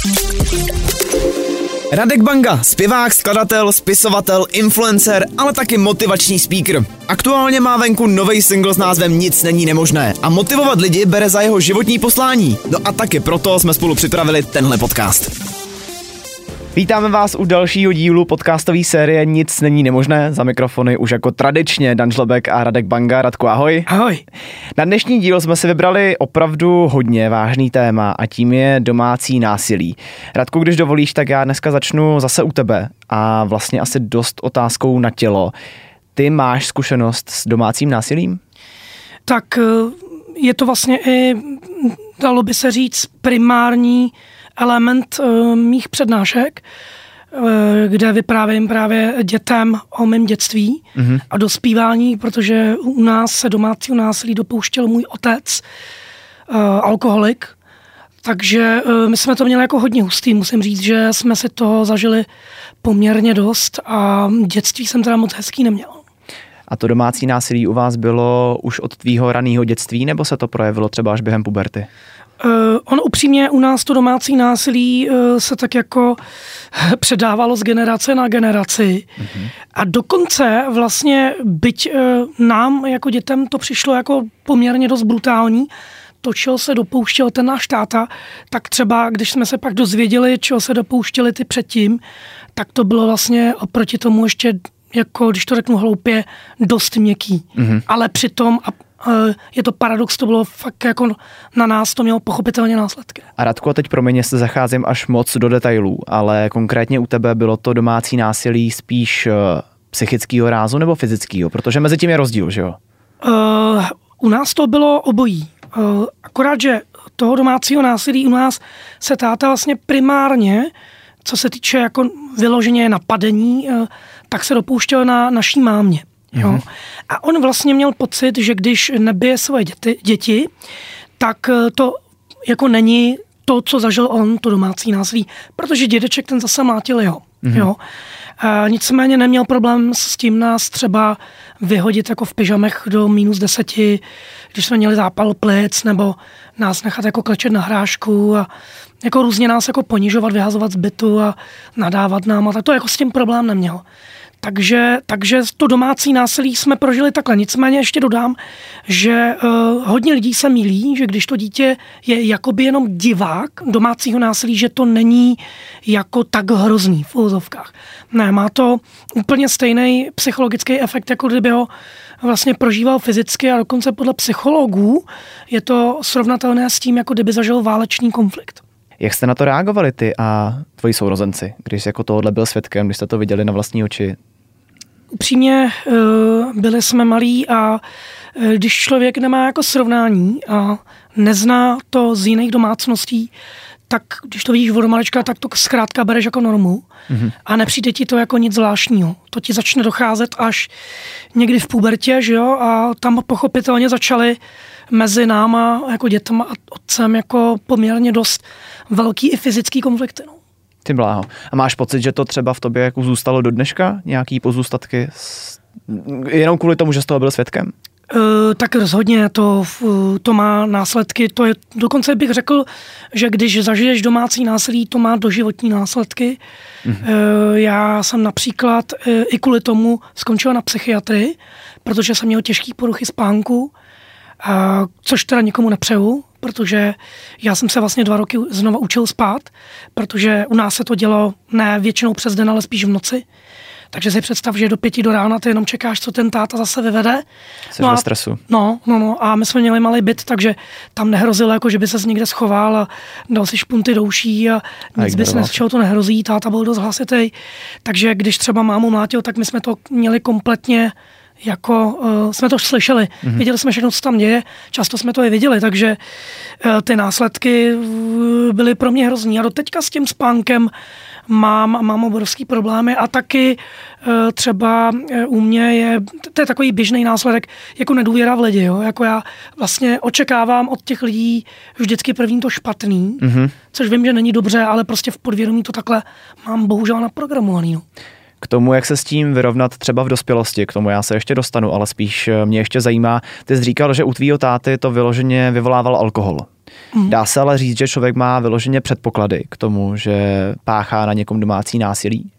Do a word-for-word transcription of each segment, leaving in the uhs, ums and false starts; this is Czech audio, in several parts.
Radek Banga, zpěvák, skladatel, spisovatel, influencer, ale taky motivační speaker. Aktuálně má venku nový single s názvem Nic není nemožné a motivovat lidi bere za jeho životní poslání. No a taky proto jsme spolu připravili tenhle podcast. Vítáme vás u dalšího dílu podcastové série Nic není nemožné. Za mikrofony už jako tradičně Dan Žlebek a Radek Banga. Radku, ahoj. Ahoj. Na dnešní díl jsme si vybrali opravdu hodně vážný téma a tím je domácí násilí. Radku, když dovolíš, tak já dneska začnu zase u tebe a vlastně asi dost otázkou na tělo. Ty máš zkušenost s domácím násilím? Tak je to vlastně i, dalo by se říct, primární element uh, mých přednášek, uh, kde vyprávím právě dětem o mém dětství mm-hmm. a dospívání, protože u nás se domácího násilí dopouštěl můj otec, uh, alkoholik, takže uh, my jsme to měli jako hodně hustý, musím říct, že jsme si toho zažili poměrně dost a dětství jsem teda moc hezký neměl. A to domácí násilí u vás bylo už od tvýho raného dětství, nebo se to projevilo třeba až během puberty? Uh, ono upřímně u nás to domácí násilí uh, se tak jako předávalo z generace na generaci. Mm-hmm. A dokonce vlastně, byť uh, nám jako dětem to přišlo jako poměrně dost brutální, to, čeho se dopouštěl ten náš táta, tak třeba, když jsme se pak dozvěděli, čeho se dopouštěli ty předtím, tak to bylo vlastně oproti tomu ještě, jako když to řeknu hloupě, dost měkký. Mm-hmm. Ale přitom a je to paradox, to bylo fakt jako na nás, to mělo pochopitelně následky. A Radku, a teď promiň, jestli zacházím až moc do detailů, ale konkrétně u tebe bylo to domácí násilí spíš psychického rázu nebo fyzického? Protože mezi tím je rozdíl, že jo? Uh, u nás to bylo obojí. Uh, akorát, že toho domácího násilí u nás se táta vlastně primárně, co se týče jako vyloženě napadení, uh, tak se dopouštěl na naší mámě. Jo. A on vlastně měl pocit, že když nebije svoje děti, děti, tak to jako není to, co zažil on, to domácí násilí, protože dědeček ten zase mlátil jeho. Mm-hmm. Jo. A nicméně neměl problém s tím nás třeba vyhodit jako v pyžamech do minus deseti, když jsme měli zápal plic, nebo nás nechat jako klečet na hrášku a jako různě nás jako ponižovat, vyhazovat z bytu a nadávat nám a tak to jako s tím problém neměl. Takže, takže to domácí násilí jsme prožili takhle. Nicméně ještě dodám, že uh, hodně lidí se mýlí, že když to dítě je jakoby jenom divák domácího násilí, že to není jako tak hrozný v uvozovkách. Ne, má to úplně stejný psychologický efekt, jako kdyby ho vlastně prožíval fyzicky a dokonce podle psychologů je to srovnatelné s tím, jako kdyby zažil válečný konflikt. Jak jste na to reagovali ty a tvoji sourozenci, když jako tohle byl svědkem, když jste to viděli na vlastní oči? Upřímně byli jsme malí a když člověk nemá jako srovnání a nezná to z jiných domácností, tak když to vidíš od malička, tak to zkrátka bereš jako normu mm-hmm. a nepřijde ti to jako nic zvláštního. To ti začne docházet až někdy v pubertě, že jo, a tam pochopitelně začaly mezi náma jako dětma a otcem jako poměrně dost velký i fyzický konflikty. No. Ty bláho. A máš pocit, že to třeba v tobě jako zůstalo do dneška? Nějaký pozůstatky? S... Jenom kvůli tomu, že jsi toho byl svědkem? Uh, tak rozhodně to, to má následky. To je, dokonce bych řekl, že když zažiješ domácí násilí, to má doživotní následky. Mm. Uh, já jsem například uh, i kvůli tomu skončila na psychiatrii, protože jsem měl těžký poruchy spánku, uh, což teda nikomu nepřeju, protože já jsem se vlastně dva roky znova učil spát, protože u nás se to dělo ne většinou přes den, ale spíš v noci. Takže si představ, že do pěti do rána ty jenom čekáš, co ten táta zase vyvede. Jsi no ve a, stresu. No, no, no. A my jsme měli malý byt, takže tam nehrozilo, jako že by ses někde schoval a dal si špunty do uší a nic by se nečeho to nehrozí. Táta byl dost hlasitý. Takže když třeba mámu mlátil, tak my jsme to měli kompletně jako uh, jsme to slyšeli. Mm-hmm. Viděli jsme všechno, co tam děje, často jsme to i viděli, takže uh, ty následky uh, byly pro mě hrozný. A doteďka s tím spánkem mám, mám obrovský problémy a taky uh, třeba uh, u mě je, to je takový běžný následek, jako nedůvěra v lidi. Jo? Jako já vlastně očekávám od těch lidí vždycky první to špatný, mm-hmm. což vím, že není dobře, ale prostě v podvědomí to takhle mám bohužel naprogramovaný. No. K tomu, jak se s tím vyrovnat třeba v dospělosti, k tomu já se ještě dostanu, ale spíš mě ještě zajímá, ty jsi říkal, že u tvýho táty to vyloženě vyvolával alkohol. Mm. Dá se ale říct, že člověk má vyloženě předpoklady k tomu, že páchá na někom domácí násilí?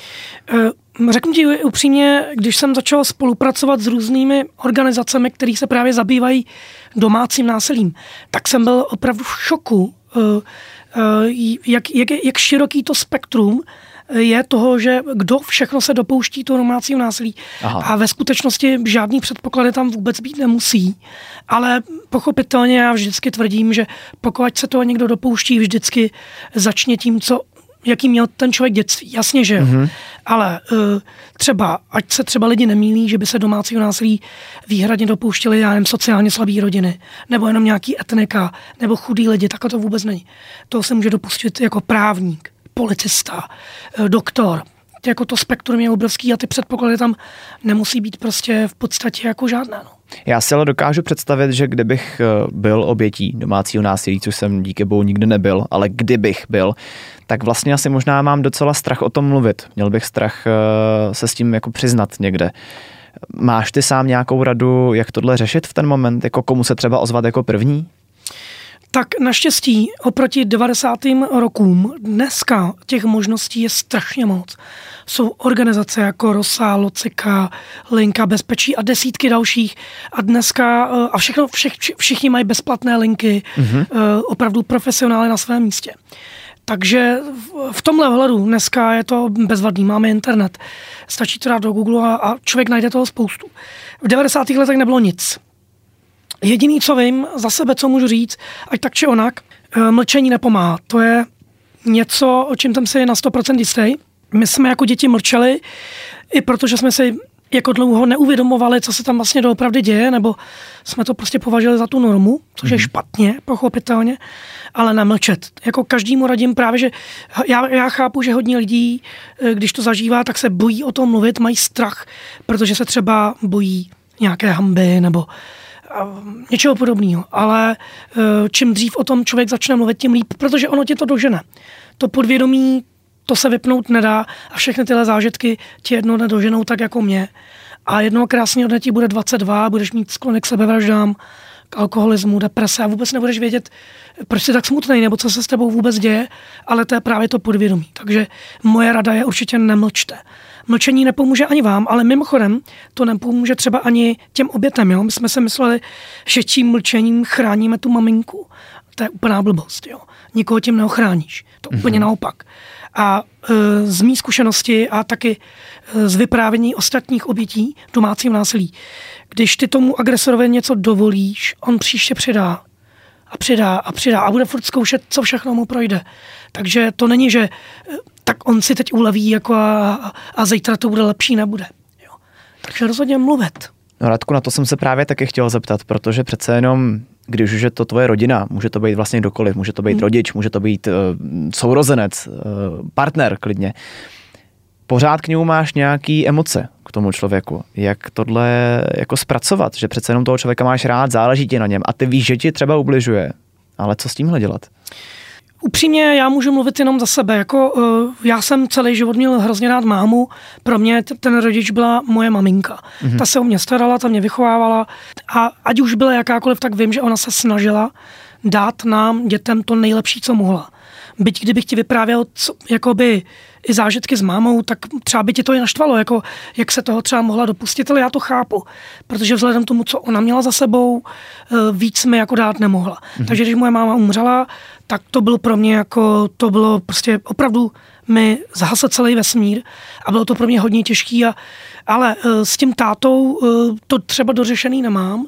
Řeknu ti upřímně, když jsem začal spolupracovat s různými organizacemi, které se právě zabývají domácím násilím, tak jsem byl opravdu v šoku, jak, jak, jak široký to spektrum je toho, že kdo všechno se dopouští toho domácího násilí. Aha. A ve skutečnosti žádný předpoklady tam vůbec být nemusí. Ale pochopitelně já vždycky tvrdím, že pokud se toho někdo dopouští, vždycky začne tím, co jaký měl ten člověk dětství. Jasně, že jo. Mm-hmm. Ale uh, třeba, ať se třeba lidi nemýlí, že by se domácího násilí výhradně dopouštěli, já nevím, sociálně slabý rodiny, nebo jenom nějaký etnika, nebo chudý lidi, takhle to vůbec není. To se může dopustit jako právník, policista, uh, doktor. Jako to spektrum je obrovský a ty předpoklady tam nemusí být prostě v podstatě jako žádné. No. Já si ale dokážu představit, že kdybych byl obětí domácího násilí, což jsem díky bohu nikdy nebyl, ale kdybych byl, tak vlastně asi možná mám docela strach o tom mluvit. Měl bych strach se s tím jako přiznat někde. Máš ty sám nějakou radu, jak tohle řešit v ten moment? Jako komu se třeba ozvat jako první? Tak naštěstí oproti devadesátým rokům dneska těch možností je strašně moc. Jsou organizace jako Rosa, Locika, Linka bezpečí a desítky dalších a dneska a všechno, všich, všichni mají bezplatné linky, mm-hmm. opravdu profesionály na svém místě. Takže v tomhle ohledu dneska je to bezvadný, máme internet, stačí to dát do Google a, a člověk najde toho spoustu. V devadesátých letech nebylo nic. Jediný, co vím za sebe, co můžu říct, ať tak či onak, mlčení nepomáhá. To je něco, o čem jsem si na sto procent jistý. My jsme jako děti mlčeli, i protože jsme si jako dlouho neuvědomovali, co se tam vlastně doopravdy děje, nebo jsme to prostě považovali za tu normu, což mm-hmm. je špatně, pochopitelně, ale nemlčet. Jako každému radím právě, že já, já chápu, že hodně lidí, když to zažívá, tak se bojí o tom mluvit, mají strach, protože se třeba bojí nějaké hanby, nebo něčeho podobného, ale čím dřív o tom člověk začne mluvit, tím líp, protože ono tě to dožene. To podvědomí, to se vypnout nedá a všechny tyhle zážitky tě jednou nedoženou tak jako mě. A jednoho krásného dne ti bude dvacet dva, budeš mít sklon k sebevraždám, k alkoholismu, deprese a vůbec nebudeš vědět, proč jsi tak smutnej, nebo co se s tebou vůbec děje, ale to je právě to podvědomí. Takže moje rada je určitě nemlčte. Mlčení nepomůže ani vám, ale mimochodem to nepomůže třeba ani těm obětem. Jo? My jsme si mysleli, že tím mlčením chráníme tu maminku. To je úplná blbost. Jo? Nikoho tím neochráníš. To mm-hmm. úplně naopak. A e, z mý zkušenosti a taky e, z vyprávění ostatních obětí domácího násilí, když ty tomu agresorovi něco dovolíš, on příště přidá a přidá a přidá a bude furt zkoušet, co všechno mu projde. Takže to není, že tak on si teď uleví jako a, a zítra to bude lepší, nebude. Jo. Takže rozhodně mluvit. No Radku, na to jsem se právě taky chtěl zeptat, protože přece jenom, když už je to tvoje rodina, může to být vlastně kdokoliv, může to být hmm. rodič, může to být uh, sourozenec, uh, partner klidně. Pořád k němu máš nějaký emoce k tomu člověku. Jak tohle jako zpracovat, že přece jenom toho člověka máš rád, záleží ti na něm a ty víš, že ti třeba ubližuje. Ale co s tímhle dělat? Upřímně, já můžu mluvit jenom za sebe. Jako, uh, já jsem celý život měl hrozně rád mámu. Pro mě t- ten rodič byla moje maminka. Mm-hmm. Ta se o mě starala, ta mě vychovávala. A ať už byla jakákoliv, tak vím, že ona se snažila dát nám, dětem, to nejlepší, co mohla. Byť kdybych ti vyprávěl co, jakoby i zážitky s mámou, tak třeba by ti to i naštvalo, jako, jak se toho třeba mohla dopustit, ale já to chápu. Protože vzhledem tomu, co ona měla za sebou, víc mi jako dát nemohla. Mm-hmm. Takže když moje máma umřela, tak to bylo pro mě jako, to bylo prostě opravdu mi zhasl celý vesmír a bylo to pro mě hodně těžký. A, ale s tím tátou to třeba dořešený nemám.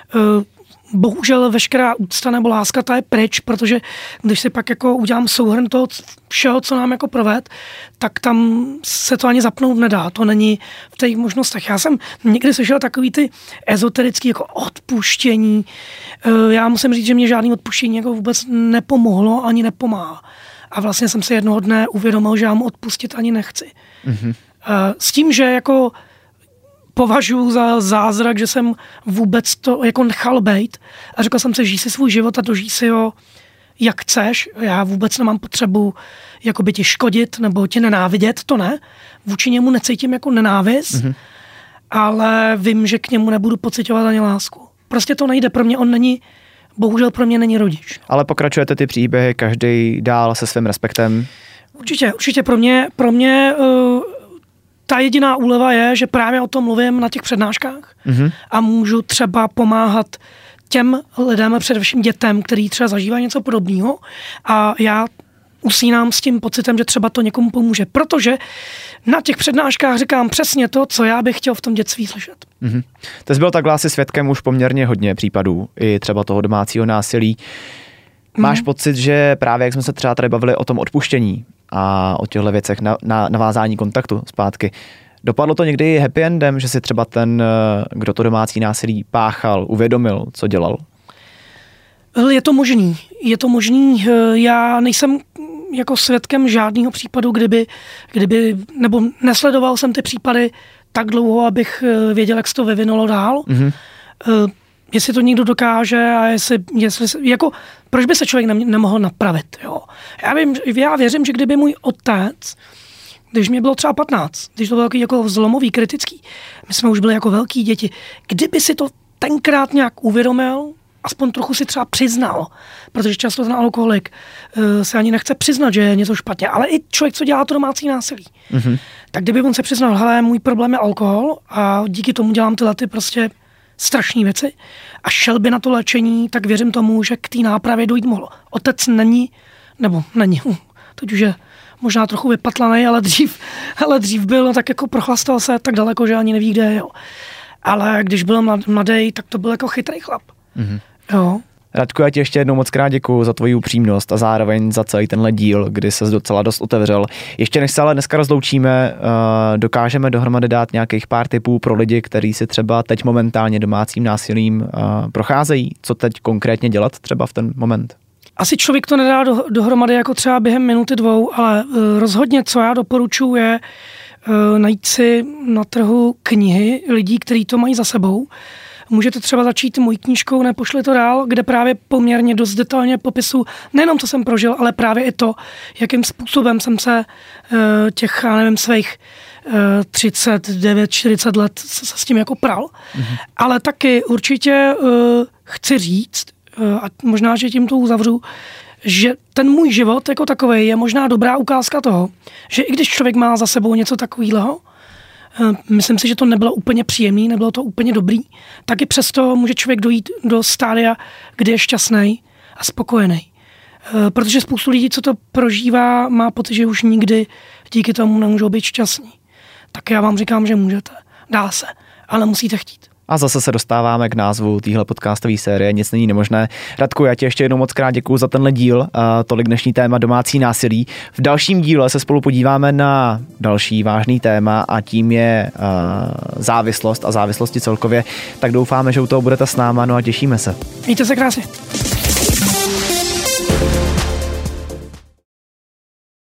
Bohužel veškerá úcta nebo láska ta je pryč, protože když si pak jako udělám souhrn toho všeho, co nám jako proved, tak tam se to ani zapnout nedá. To není v těch možnostech. Já jsem někdy slyšel takový ty ezoterický jako odpuštění. Já musím říct, že mě žádný odpuštění jako vůbec nepomohlo ani nepomáhá. A vlastně jsem si jednoho dne uvědomil, že já mu odpustit ani nechci. Mm-hmm. S tím, že jako považuji za zázrak, že jsem vůbec to jako nechal bejt a řekl jsem si, žij si svůj život a dožij si ho, jak chceš. Já vůbec nemám potřebu jakoby ti škodit nebo ti nenávidět, to ne. Vůči němu necítím jako nenávist, mm-hmm. ale vím, že k němu nebudu pociťovat ani lásku. Prostě to nejde. Pro mě on není bohužel pro mě není rodič. Ale pokračujete ty příběhy každý dál se svým respektem? Určitě, určitě pro mě, pro mě uh, ta jediná úleva je, že právě o tom mluvím na těch přednáškách mm-hmm. a můžu třeba pomáhat těm lidem, především dětem, který třeba zažívají něco podobného a já usínám s tím pocitem, že třeba to někomu pomůže, protože na těch přednáškách říkám přesně to, co já bych chtěl v tom dětství slyšet. Mm-hmm. Ty jsi byl takhle asi svědkem už poměrně hodně případů, i třeba toho domácího násilí. Máš mm. pocit, že právě jak jsme se třeba tady bavili o tom odpuštění a o těchto věcech na, na navázání kontaktu zpátky, dopadlo to někdy happy endem, že si třeba ten, kdo to domácí násilí páchal, uvědomil, co dělal? Je to možný. Je to možný. Já nejsem jako svědkem žádného případu, kdyby, kdyby, nebo nesledoval jsem ty případy tak dlouho, abych věděl, jak se to vyvinulo dál. Mm-hmm. Jestli to někdo dokáže a jestli, jestli jako, proč by se člověk nemohl napravit, jo? Já vím, já věřím, že kdyby můj otec, když mě bylo třeba patnáct, když to bylo takový jako zlomový, kritický, my jsme už byli jako velký děti, kdyby si to tenkrát nějak uvědomil, aspoň trochu si třeba přiznal, protože často ten alkoholik uh, se ani nechce přiznat, že je něco špatně, ale i člověk, co dělá to domácí násilí. Mm-hmm. Tak kdyby on se přiznal, hele, můj problém je alkohol a díky tomu dělám tyhle ty prostě strašné věci a šel by na to léčení, tak věřím tomu, že k té nápravě dojít mohlo. Otec není, nebo není, teď už je možná trochu vypatlanej, ale dřív, ale dřív byl, no, tak jako prochlastal se tak daleko, že ani neví, kde je. Jo. Ale když byl mladý, tak to byl jako chytrý chlap. Mm-hmm. Jo. Radku, já ti ještě jednou moc krát děkuju za tvoji upřímnost a zároveň za celý tenhle díl, kdy ses docela dost otevřel. Ještě než se ale dneska rozloučíme, dokážeme dohromady dát nějakých pár tipů pro lidi, kteří si třeba teď momentálně domácím násilím procházejí. Co teď konkrétně dělat třeba v ten moment? Asi člověk to nedá do, dohromady jako třeba během minuty dvou, ale rozhodně, co já doporučuji, je najít si na trhu knihy lidí, kteří to mají za sebou. Můžete třeba začít mojí knížkou Nepošli to dál, kde právě poměrně dost detailně popisu nejenom to jsem prožil, ale právě i to, jakým způsobem jsem se těch, já nevím, svých třicet devět čtyřicet let se s tím jako pral. Mm-hmm. Ale taky určitě chci říct, a možná, že tím to uzavřu, že ten můj život jako takovej je možná dobrá ukázka toho, že i když člověk má za sebou něco takového, myslím si, že to nebylo úplně příjemný, nebylo to úplně dobrý, tak i přesto může člověk dojít do stádia, kdy je šťastný a spokojený. Protože spoustu lidí, co to prožívá, má pocit, že už nikdy díky tomu nemůžou být šťastní. Tak já vám říkám, že můžete. Dá se, ale musíte chtít. A zase se dostáváme k názvu téhle podcastové série Nic není nemožné. Radku, já ti ještě jednou moc krát děkuju za tenhle díl, a tolik dnešní téma domácí násilí. V dalším díle se spolu podíváme na další vážný téma a tím je uh, závislost a závislosti celkově. Tak doufáme, že u toho budete s náma, no a těšíme se. Mějte se krásně.